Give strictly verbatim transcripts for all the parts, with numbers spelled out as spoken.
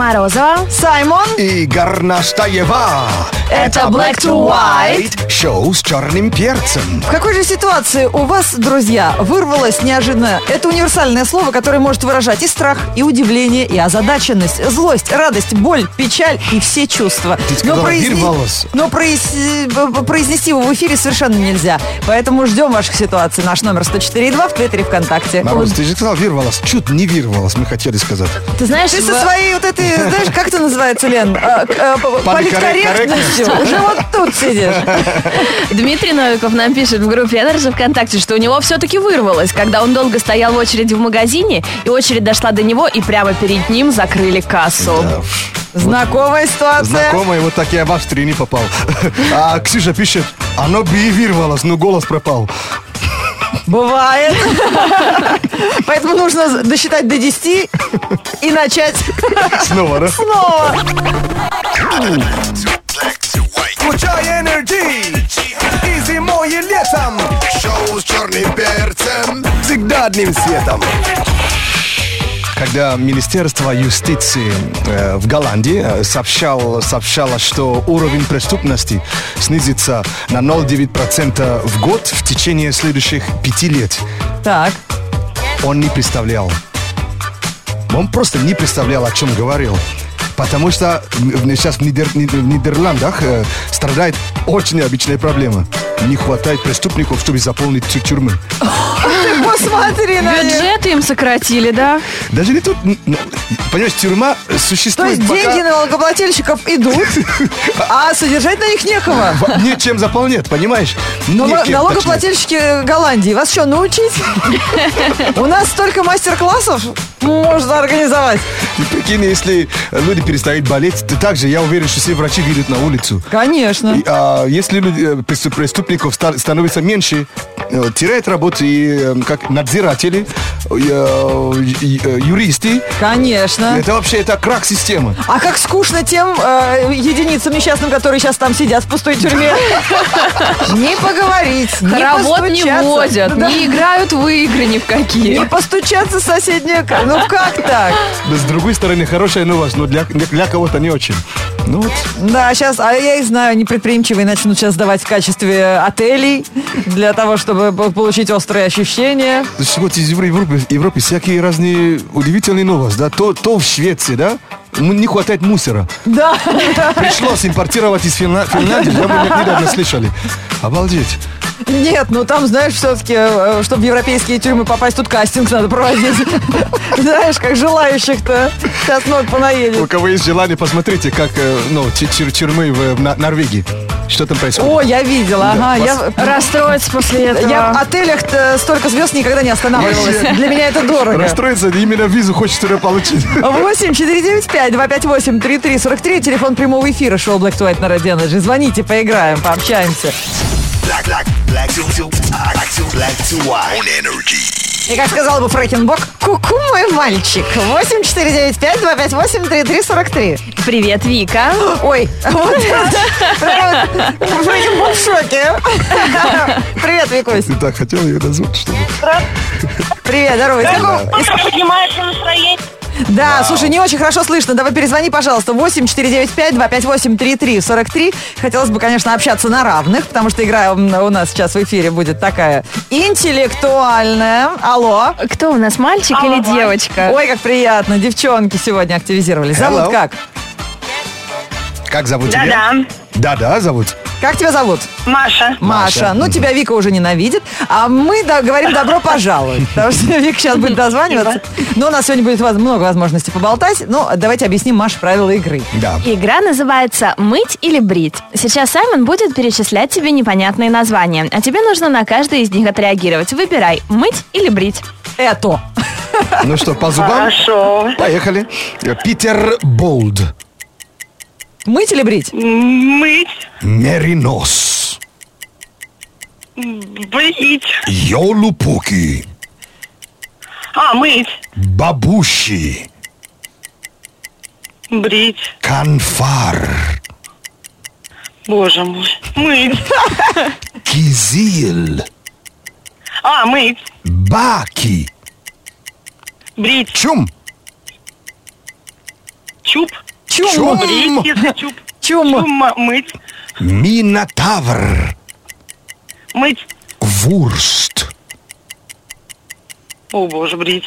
Морозова, Саймон и Горнаштаева. Это Black to White. Шоу с черным перцем. В какой же ситуации у вас, друзья, вырвалось неожиданно? Это универсальное слово, которое может выражать и страх, и удивление, и озадаченность, злость, радость, боль, печаль и все чувства. Ты сказала, произне- вырвалось. Но произ- произнести его в эфире совершенно нельзя. Поэтому ждем ваших ситуаций. Наш номер сто четыре и два в Твиттере и ВКонтакте. Марусь, Вот. ты же сказал, вырвалась. Чуть не вырвалась, мы хотели сказать. ты знаешь, Ты в- со своей вот этой, знаешь, как это называется, Лен? А, к- а, п- Политкорректностью. Уже вот тут сидишь. Дмитрий Новиков нам пишет в группе Energy ВКонтакте, что у него все-таки вырвалось, когда он долго стоял в очереди в магазине, и очередь дошла до него, и прямо перед ним закрыли кассу. Да. Знакомая ситуация. Знакомый, вот так я в Австрии не попал. А Ксюша пишет, оно бы и вырвалось, но голос пропал. Бывает. Поэтому нужно досчитать до десяти и начать Снова, да? снова. Включай Energy! И зимой, и летом! Шоу с черным перцем! Всегда одним светом! Когда Министерство юстиции э, в Голландии э, сообщало, сообщало, что уровень преступности снизится на ноль целых девять десятых процента в год в течение следующих пяти лет, Так. он не представлял. Он просто не представлял, о чем говорил. Потому что в- сейчас в, Нидер- Нид- в Нидерландах э, страдает очень необычная проблема. Не хватает преступников, чтобы заполнить тю- тюрьмы. Ты посмотри на них. Бюджеты им сократили, да? Даже не тут... н- ну, понимаешь, тюрьма То существует есть пока... деньги налогоплательщиков идут, а содержать на них некого. во- нечем заполнять, понимаешь? Но Некем, точнее. налогоплательщики Голландии, вас что, научить? У нас столько мастер-классов можно организовать. И прикинь, если люди перестают болеть, то также я уверен, что все врачи выйдут на улицу. Конечно. И, а, если люди, э, преступ- преступников ста- становится меньше, э, теряет работу и э, как надзиратели, э, э, юристы. Конечно. Это вообще это крах системы. А как скучно тем э, единицам несчастным, которые сейчас там сидят в пустой тюрьме. Не поговорить, не Хоровод не постучаться. водят, Да. не играют в игры ни в какие. Не постучаться в соседнее... к- Ну как так? Но с другой стороны, хорошая новость, но для, для, для кого-то не очень. Ну вот, Да, сейчас, а я и знаю, непредприимчивые начнут сейчас сдавать в качестве отелей для того, чтобы по- получить острые ощущения. вот из Европы, Европы всякие разные удивительные новости, да, то, то в Швеции, да, м- не хватает мусора. Да. Пришлось импортировать из Финла- Финляндии, да, мы недавно слышали. Обалдеть. Нет, ну там, знаешь, все-таки, чтобы в европейские тюрьмы попасть, тут кастинг надо проводить. Знаешь, как желающих-то сейчас много У понаедет. кого есть желание, посмотрите, как, э, ну, тю- тю- тюрьмы в, в На- Норвегии. Что там происходит? О, я видела, ага. Да, Я, Расстроиться после этого. я в отелях столько звезд никогда не останавливалась. Вообще. Для меня это дорого. Расстроиться, именно визу хочет туда получить. восемь четыре девять пять два пять восемь три три сорок три. Телефон прямого эфира шоу Black to White на Радио Energy. Звоните, поиграем, пообщаемся. Black, black, black to, to, black to, black to white on Energy. И как сказал бы Фрэкенбок, ку-ку, мой мальчик. восемь четыре девять пять два пять восемь три три сорок три. Привет, Вика. Ой, вот это вот Фрэкенбок в шоке. Привет, Викусь. Ты так хотел ее назвать, что ли? Привет, здорово. Из какого- Поднимается настроение. Да, слушай, не очень хорошо слышно. Давай перезвони, пожалуйста. восемь четыре девять пять два пять восемь три три сорок три. Хотелось бы, конечно, общаться на равных, потому что игра у нас сейчас в эфире будет такая интеллектуальная. Алло. Кто у нас, мальчик Алло, или девочка? Ой, как приятно. Девчонки сегодня активизировались. Зовут Hello. как? Как зовут тебя? Да-да. Да-да, зовут. Как тебя зовут? Маша. Маша. Маша. Ну, тебя Вика уже ненавидит. А мы да, говорим добро пожаловать. Потому что Вика сейчас будет дозваниваться. Но у нас сегодня будет воз- много возможностей поболтать. Ну, давайте объясним Маше правила игры. Да. Игра называется «Мыть или брить». Сейчас Саймон будет перечислять тебе непонятные названия, а тебе нужно на каждое из них отреагировать. Выбирай, мыть или брить. Это. Ну что, по зубам? Хорошо. Поехали. Питер Болд. Мыть или брить? Мыть. Меринос. Брить. Йолупуки. А, мыть. Бабуши. Брить. Канфар. Боже мой. Мыть. Кизил. А, мыть. Баки. Брить. Чум. Чуб. Чум. Брить, если чуп. Чум. Чум мыть. Минотавр. Мыть. Вурст. О, боже, брить.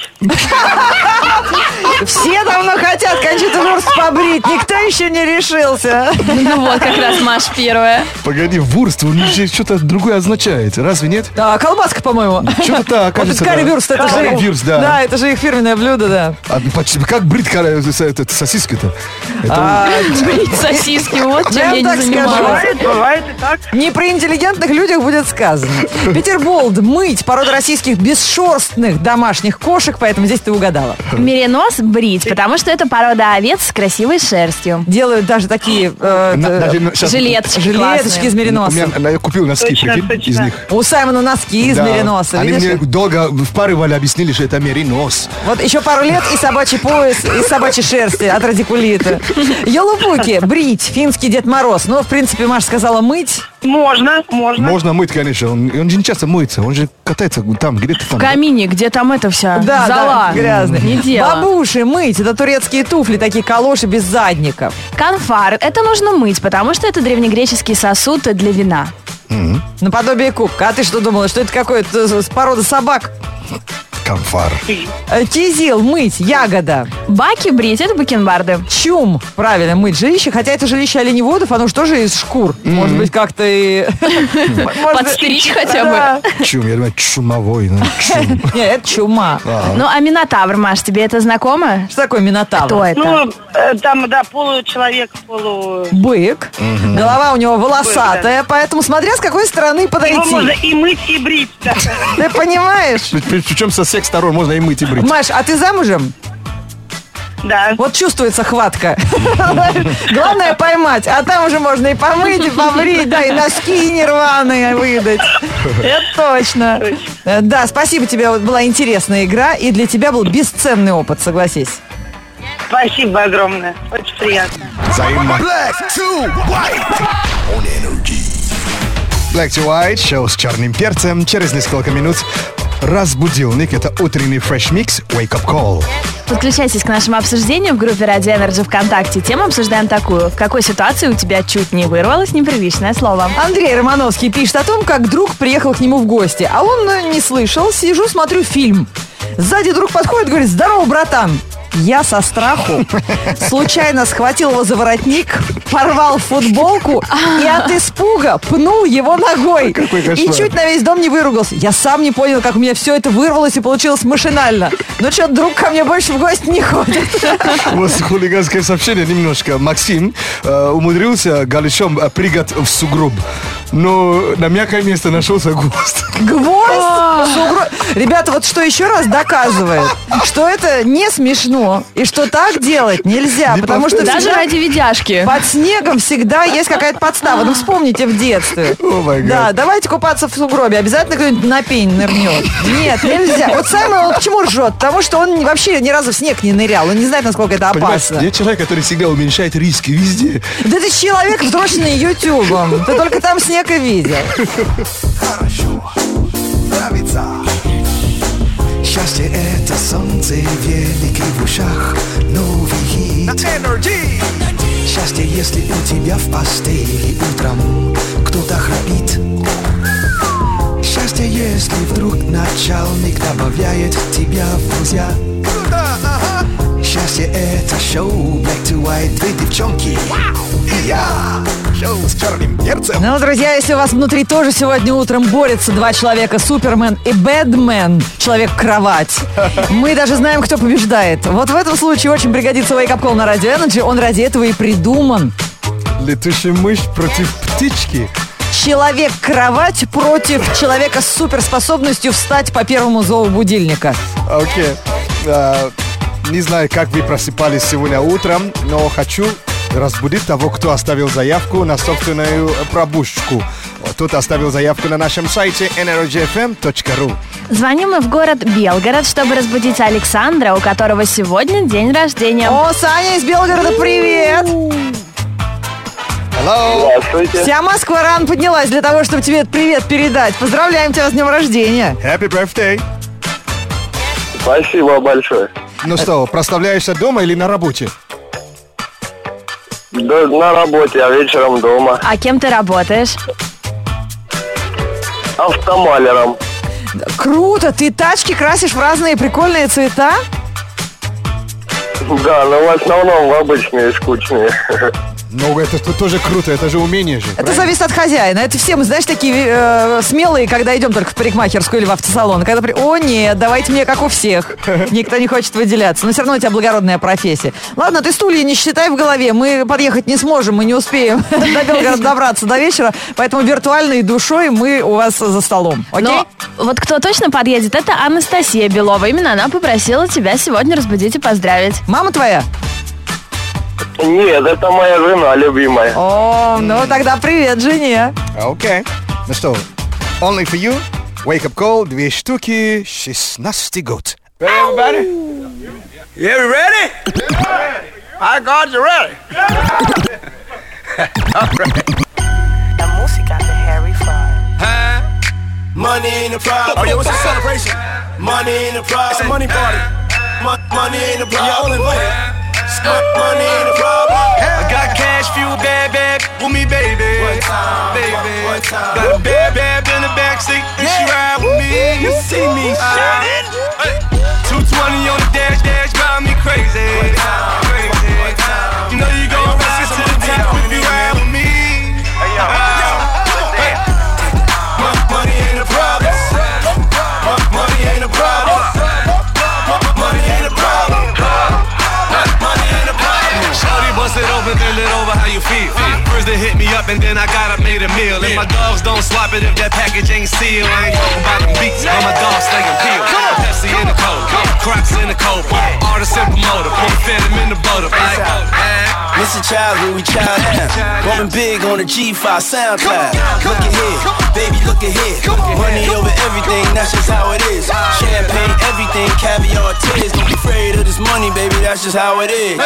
Все давно хотят Кончиту Вурст побрить, никто еще не решился. Ну вот, как раз Маш первая. Погоди, вурст, он же что-то другое означает. Разве нет? Да, колбаска, по-моему. Что-то так, Вот кажется. это карри-вюрст, это же... Карри-вюрст, да. Да, это же их фирменное блюдо, да. А почему- как брит карри- это, сосиска-то? Это А, Брить сосиски, вот чем Я я так не скажу. занималась. Бывает, бывает и так. Не при интеллигентных людях будет сказано. Петерболд, мыть, порода российских бесшерстных домашних кошек, поэтому здесь ты угадала. Меринос брить, потому что это порода овец с красивой шерстью. Делают даже такие э, На- э, даже щас- Жилеточки жилеточки классные. из У меня, мериноса. я купил носки, Точно, прикинь, точно. из них. У Саймона носки из Да. мериноса, Они видишь? мне долго впаривали, объяснили, что это меринос. Вот еще пару лет и собачий пояс из собачьей шерсти от радикулита. Елупуки, брить, финский Дед Мороз. Ну, в принципе, Маша сказала мыть. Можно, можно. Можно мыть, конечно. Он, он же не часто моется, он же катается там, где-то там. В камине, где там это вся Да, зола. да, грязный. Не дело. Бабуши, мыть. Это турецкие туфли, такие калоши без задников. Канфар. Это нужно мыть, потому что это древнегреческий сосуд для вина. Наподобие кубка. А ты что думала, что это какой-то с- порода собак? Камфар. Э, Кизил, мыть, ягода. Баки брить. Это бакенбарды. Чум, правильно, мыть жилище. Хотя это жилище оленеводов, оно же тоже из шкур. Может быть, как-то и... может быть, Подстричь хотя бы. да. Чум, я думаю, чумовой. ну, чум. Нет, это чума. Ну, а Минотавр, Маш, тебе это знакомо? Что такое минотавр? Кто это? Ну, э, там, да, получеловек, полу... Бык. Голова у него волосатая, поэтому смотря с какой стороны Его подойти. можно и мыть, и брить. Да. Ты понимаешь? Причем со всех сторон можно и мыть, и брить. Маш, а ты замужем? Да. Вот чувствуется хватка. Главное поймать, а там уже можно и помыть, и побрить, да, и носки нерваные выдать. Это точно. Э, Да, спасибо тебе, вот была интересная игра, и для тебя был бесценный опыт, согласись. Спасибо огромное. Очень приятно. Взаимно. Black to white on energy. Black to White, шоу с черным перцем. Через несколько минут разбудилник. Это утренний Fresh Mix Wake Up Call. Подключайтесь к нашему обсуждению в группе Radio Energy ВКонтакте. Тему обсуждаем такую. В какой ситуации у тебя чуть не вырвалось неприличное слово? Андрей Романовский пишет о том, как друг приехал к нему в гости, а он э, не слышал, сижу, смотрю фильм. Сзади друг подходит, говорит: здорово, братан. Я со страху случайно схватил его за воротник, порвал футболку и от испуга пнул его ногой. Какой И кошмар. чуть на весь дом не выругался. Я сам не понял, как у меня все это вырвалось и получилось машинально. Но что, друг ко мне больше в гости не ходит. У вас хулиганское сообщение немножко. Максим э, умудрился голышом э, прыгать в сугроб. Но на мягкое место нашелся гвоздь. Гвоздь? Сугро- Ребята, вот что еще раз доказывает, что это не смешно и что так делать нельзя, Не потому что повторяй. Даже всегда ради видяшки. под снегом всегда есть какая-то подстава. Ну, вспомните в детстве. О, май гад. Да, давайте купаться в сугробе. Обязательно кто-нибудь на пень нырнет. Нет, нельзя. Вот Саймон, он почему ржет? Потому что он вообще ни разу в снег не нырял. Он не знает, насколько это Понимаешь, опасно. я человек, который всегда уменьшает риски везде. Да ты человек, взросленный ютубом. Ты только там снег и видел. Хорошо, нравится. Счастье это солнце великий в ушах, новый хит. Energy. Счастье, если у тебя в постели утром кто-то храпит. Счастье, если вдруг начальник добавляет тебя в друзья. Счастье это шоу Black to White, две девчонки и я. Шоу с черным перцем. Ну, друзья, если у вас внутри тоже сегодня утром борются два человека, Супермен и Бэдмен, человек-кровать, мы даже знаем, кто побеждает. Вот в этом случае очень пригодится Wake Up Call на Radio Energy, он ради этого и придуман. Летучая мышь против птички. Человек-кровать против человека с суперспособностью встать по первому зову будильника. Окей. А, не знаю, как вы просыпались сегодня утром, но хочу разбудить того, кто оставил заявку на собственную пробужку. Тот оставил заявку на нашем сайте энерджи эф эм точка ру. Звоним мы в город Белгород, чтобы разбудить Александра, у которого сегодня день рождения. О, Саня из Белгорода, привет! Hello. Здравствуйте. Вся Москва рано поднялась для того, чтобы тебе этот привет передать. Поздравляем тебя с днем рождения. Happy birthday. Спасибо большое. Ну что, прославляешься дома или на работе? Да, на работе, а вечером дома. А кем ты работаешь? Автомалером. Круто, ты тачки красишь в разные прикольные цвета? Да, но в основном в обычные скучные. Ну, это т- тоже круто, это же умение же. Это правильно? зависит от хозяина. Это все мы, знаешь, такие э, смелые, когда идем только в парикмахерскую или в автосалон. Когда при... О, нет, давайте мне как у всех. Никто не хочет выделяться. Но все равно у тебя благородная профессия. Ладно, ты стулья не считай в голове. Мы подъехать не сможем, мы не успеем до Белгорода добраться до вечера. Поэтому виртуальной душой мы у вас за столом. Окей? Но вот кто точно подъедет, это Анастасия Белова. Именно она попросила тебя сегодня разбудить и поздравить. Мама твоя? Нет, это моя жена любимая. О, ну тогда привет жене. Окей. Ну что, only for you, wake up call, две штуки, шестнадцатый год. Ready, everybody? Yeah, we ready? I got you ready. All right. La música de Harry Fraud. Huh? Money ain't a problem. Oh, yeah, what's the celebration? Money ain't a problem. It's a money party. Mon- money ain't a problem. Yeah, all invited. Money ain't a problem. I got cash, fuel, bad, bad with me, baby. One time, baby. One time. Got a bad, bad in the backseat, and she ride with me. You see me shining. two twenty on the dash, dash, drive me crazy. One time, crazy. One time. You know you gon' ride to the top if you ride with me. Money ain't a problem. Money ain't a problem. Money ain't a problem. Shorty bust it open, then it over how you feel. First they hit me up and then I got up, made a meal. And my dogs don't swap it if that package ain't sealed. I ain't talking about them beats, but my dogs slaying peeled. Pepsi in the cold, Crocs in the cold. Artist and promoter, put a phantom in the boat. Like, Mister Childhood, we child now. Rolling big on the G five SoundCloud. Look ahead, baby, look ahead. Money over everything, that's just how it is. Champagne, everything, caviar, tears. Don't be afraid of this money, baby, that's just how it is.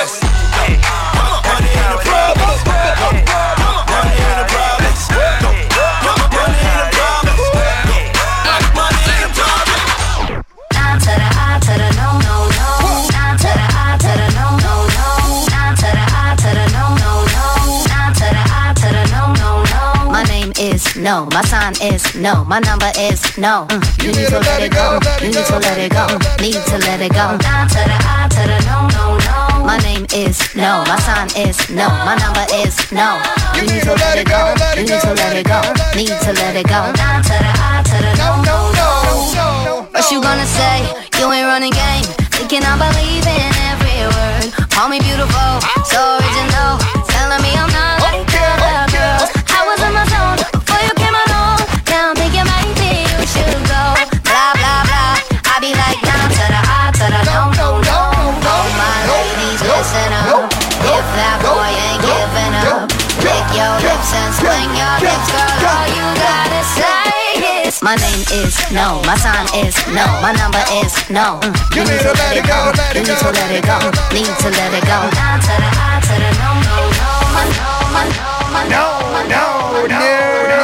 Money ain't a problem. Money ain't a problem. Money ain't a problem. Money ain't a problem. Down to the I to the no, no, no. Down to the I to the no, no, no. Down to the I to the no, no, no. Down to the I to the no, no, no. My name is no, my sign is no, my number is no. Mm. You need to let it go, you need to let it go, need to let it go. Down to the I to the no, no, no. My name is no, my sign is no, my number is no. You need to let it go, you need to let it go, need to let it go. Down to the I to the no, no, no. What you gonna say? You ain't running game, thinking I believe in every word. Call me beautiful, so original, telling me I'm not like other girls. I was in my zone before you came along. Now I'm thinking maybe you should go. Blah blah blah. I be like down to the I to the no no no. All my ladies listen up. If that boy ain't giving up, lick your lips and swing your hips, girl. All you gotta say is my name is no, my sign is no, my number is no. Mm. You need to let it go, you need to let it go, need to let it go. Down to the I to the no no no. My no, my no, my no, my no, no, no.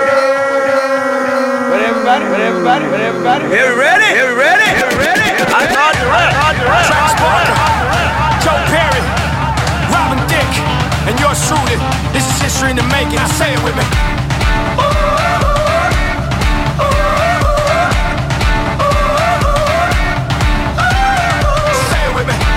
Ready, everybody? Ready, everybody? Ready, everybody? Here we ready? Here we ready? Here we ready? I thought you ready. I thought you ready. Transporter, Joe Perry, Robin Thicke, and yours truly. This is history in the making. Say it with me. Say it with me.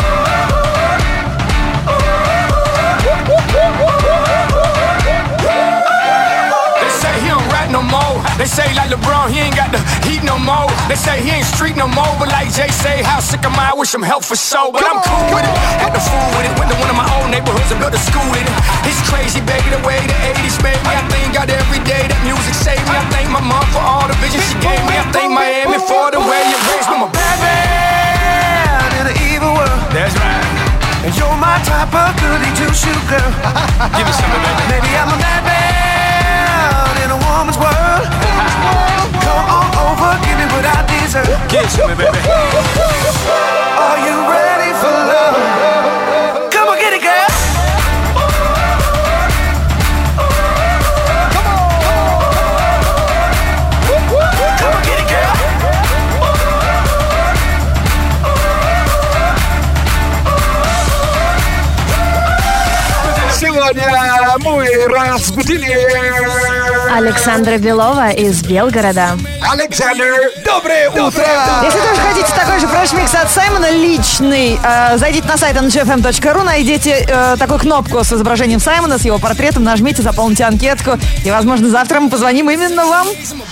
They say he don't rap no more. They say like LeBron, he ain't got the heat no more. They say he ain't street no more. But like Jay say, how sick am I? I wish him health for sure. But I'm cool with it. Had the fool with it. Went to one of my old neighborhoods and built a school in it. It's crazy, baby, the way the eighties made me. I thank God every day that music saved me. I thank my mom for all the vision she gave me. I thank Miami for the way you raised me. I'm a bad man in an evil world. That's right. And you're my type of goody two-shoe girl. Give me something, baby. Maybe I'm a bad man in a woman's world. Come on over, give me what I deserve. Give it to me, baby. Are you ready for love? Come on, get it, girl. Come on. Come on, get it, girl. сегодня мы разбудили Александра Белова из Белгорода. Александр, доброе утро! Если тоже хотите такой же фреш-микс от Саймона, личный, э, зайдите на сайт эн джи эф эм точка ру, найдите э, такую кнопку с изображением Саймона, с его портретом, нажмите, заполните анкетку, и, возможно, завтра мы позвоним именно вам.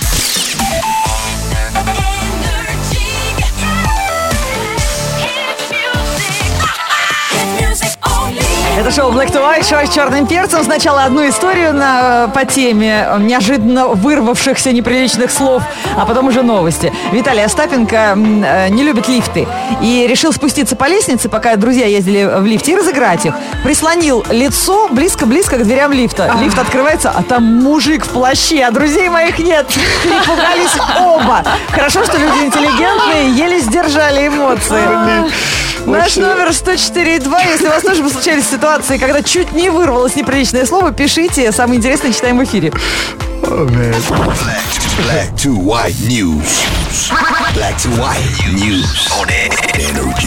Это шоу Black to White, шоу с черным перцем. Сначала одну историю на, по теме неожиданно вырвавшихся неприличных слов, а потом уже новости. Виталий Остапенко э, не любит лифты и решил спуститься по лестнице, пока друзья ездили в лифте, и разыграть их. Прислонил лицо близко-близко к дверям лифта. Лифт открывается, а там мужик в плаще, а друзей моих нет. Перепугались оба. Хорошо, что люди интеллигентные, еле сдержали эмоции. Наш номер сто четыре два. Если у вас тоже случались ситуации, когда чуть не вырвалось неприличное слово, пишите. Самое интересное читаем в эфире. Oh, man. Black to white news. Black to white news on Energy.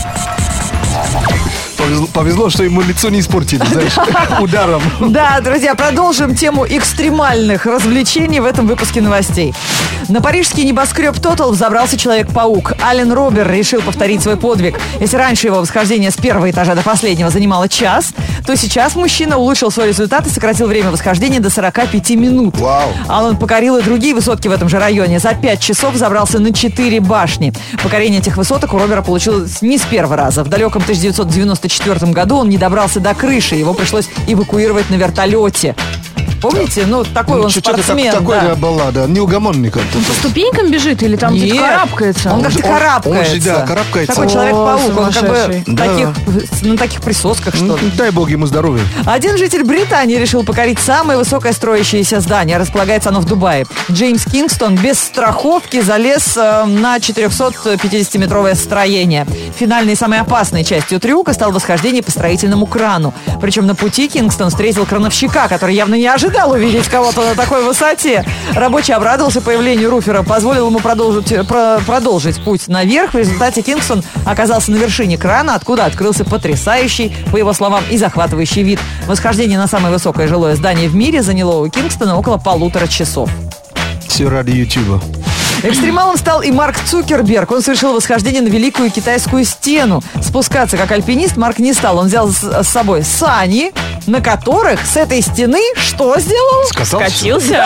Повезло, повезло, что ему лицо не испортили, знаешь, ударом. Да, друзья, продолжим тему экстремальных развлечений в этом выпуске новостей. На парижский небоскреб Total взобрался Человек-паук. Ален Робер решил повторить свой подвиг. Если раньше его восхождение с первого этажа до последнего занимало час, то сейчас мужчина улучшил свой результат и сократил время восхождения до сорок пять минут. Вау. А он покорил и другие высотки в этом же районе. За пять часов забрался на четыре башни. Покорение этих высоток у Робера получилось не с первого раза. В далеком тысяча девятьсот девяносто четвёртом году он не добрался до крыши. Его пришлось эвакуировать на вертолете. Помните? Ну, такой Ну, он что-то спортсмен. так- такой да. баллада, неугомонный как-то. По ступенькам бежит или там Нет, где-то карабкается? Он как-то Он- он карабкается. же, да, карабкается. Такой О, Человек-паук. Он как бы сумасшедший. Да. таких, на таких присосках, что Ну, ли. дай бог ему здоровья. Один житель Британии решил покорить самое высокое строящееся здание. Располагается оно в Дубае. Джеймс Кингстон без страховки залез э, на четырехсотпятидесятиметровое строение. Финальной и самой опасной частью трюка стало восхождение по строительному крану. Причем на пути Кингстон встретил крановщика, который явно не ожидал увидеть кого-то на такой высоте. Рабочий обрадовался появлению руфера, позволил ему продолжить, про- продолжить путь наверх. В результате Кингстон оказался на вершине крана, откуда открылся потрясающий, по его словам, и захватывающий вид. Восхождение на самое высокое жилое здание в мире заняло у Кингстона около полутора часов. Все ради Ютуба. Экстремалом стал и Марк Цукерберг. Он совершил восхождение на Великую Китайскую стену. Спускаться как альпинист Марк не стал. Он взял с, с собой сани, на которых с этой стены что сделал? Скатился?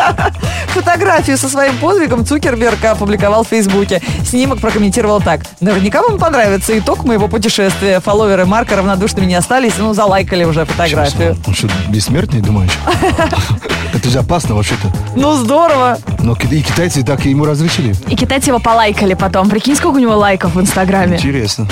Фотографию со своим подвигом Цукерберг опубликовал в Фейсбуке. Снимок прокомментировал так: наверняка вам понравится итог моего путешествия. Фолловеры Марка равнодушными не остались, ну, залайкали уже фотографию. Он что, бессмертный, думаешь? Это же опасно вообще-то. Ну, здорово. Но ки- и китайцы так и ему разрешили. И китайцы его полайкали потом. Прикинь, сколько у него лайков в Инстаграме. Интересно.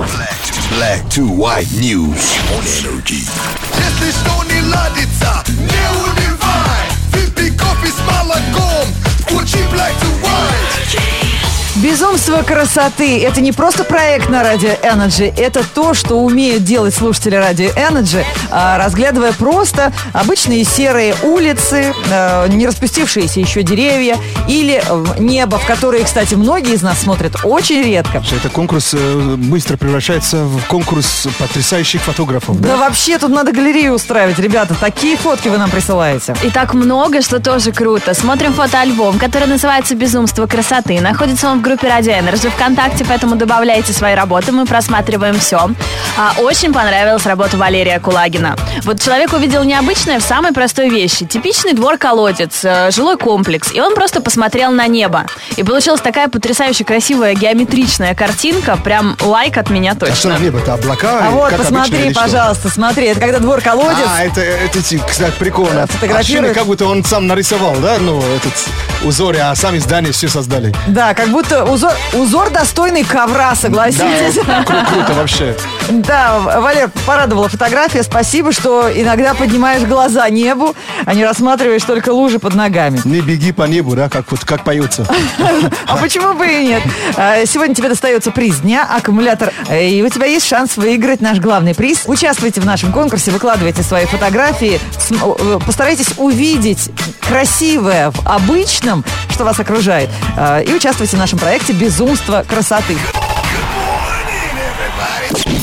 Black to white news on Energy. Если что не ладится, не унывай. Выпей кофе с молоком, включи Black to White. Безумство красоты – это не просто проект на Радио Energy, это то, что умеют делать слушатели Радио Energy, а, разглядывая просто обычные серые улицы, а, не распустившиеся еще деревья или э, небо, в которое, кстати, многие из нас смотрят очень редко. Это конкурс э, быстро превращается в конкурс потрясающих фотографов. Да вообще тут надо галерею устраивать, ребята, такие фотки вы нам присылаете. И так много, что тоже круто. Смотрим фотоальбом, который называется «Безумство красоты». Находится он в группе Радио Energy ВКонтакте, поэтому добавляйте свои работы, мы просматриваем все. А, очень понравилась работа Валерия Кулагина. Вот человек увидел необычное в самой простой вещи. Типичный двор-колодец, э, жилой комплекс, и он просто посмотрел на небо. И получилась такая потрясающе красивая геометричная картинка, прям лайк от меня А что точно. на небо? Это облака? А или вот, как обычно, посмотри, или что? пожалуйста, смотри, это когда двор-колодец. А, это, это, кстати, прикольно. Фотографируешь. Ощущение, как будто он сам нарисовал, да, ну, этот узор, а сами здания все создали. Да, как будто узор, узор достойный ковра, согласитесь. Да, кру- круто вообще. Да, Валер, порадовала фотография. Спасибо, что иногда поднимаешь глаза небу, а не рассматриваешь только лужи под ногами. Не беги по небу, да, как, вот, как поется. А почему бы и нет? А, Сегодня тебе достается приз дня, аккумулятор. И у тебя есть шанс выиграть наш главный приз. Участвуйте в нашем конкурсе, выкладывайте свои фотографии. См- Постарайтесь увидеть красивое в обычном, что вас окружает. А, И участвуйте в нашем проекте «Безумство красоты».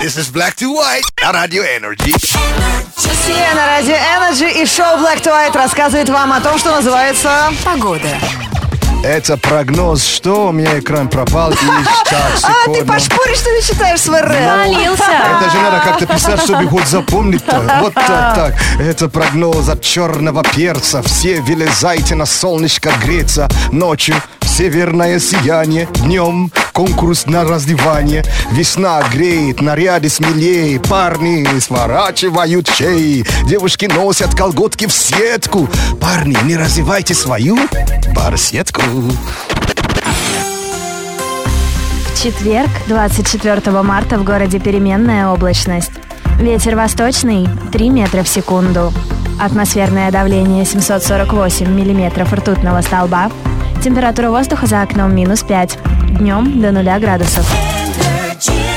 This is Black to White на Радио Energy. Все на Радио Energy и шоу Black to White рассказывает вам о том, что называется погода. Это прогноз, что у меня экран пропал и так, А, секунду. ты пошпоришь, что ты читаешь с ВР? Молился. Это же надо как-то писать, чтобы хоть запомнить-то. Вот так, так. Это прогноз от черного перца. Все вылезайте на солнышко греться. Ночью северное сияние. Днем конкурс на раздевание. Весна греет, наряды смелее. Парни сворачивают шеи. Девушки носят колготки в сетку. Парни, не развивайте свою барсетку. В четверг, двадцать четвёртого марта, в городе переменная облачность. Ветер восточный три метра в секунду. Атмосферное давление семьсот сорок восемь миллиметров ртутного столба. Температура воздуха за окном минус пять. Днем до нуля градусов. Energy.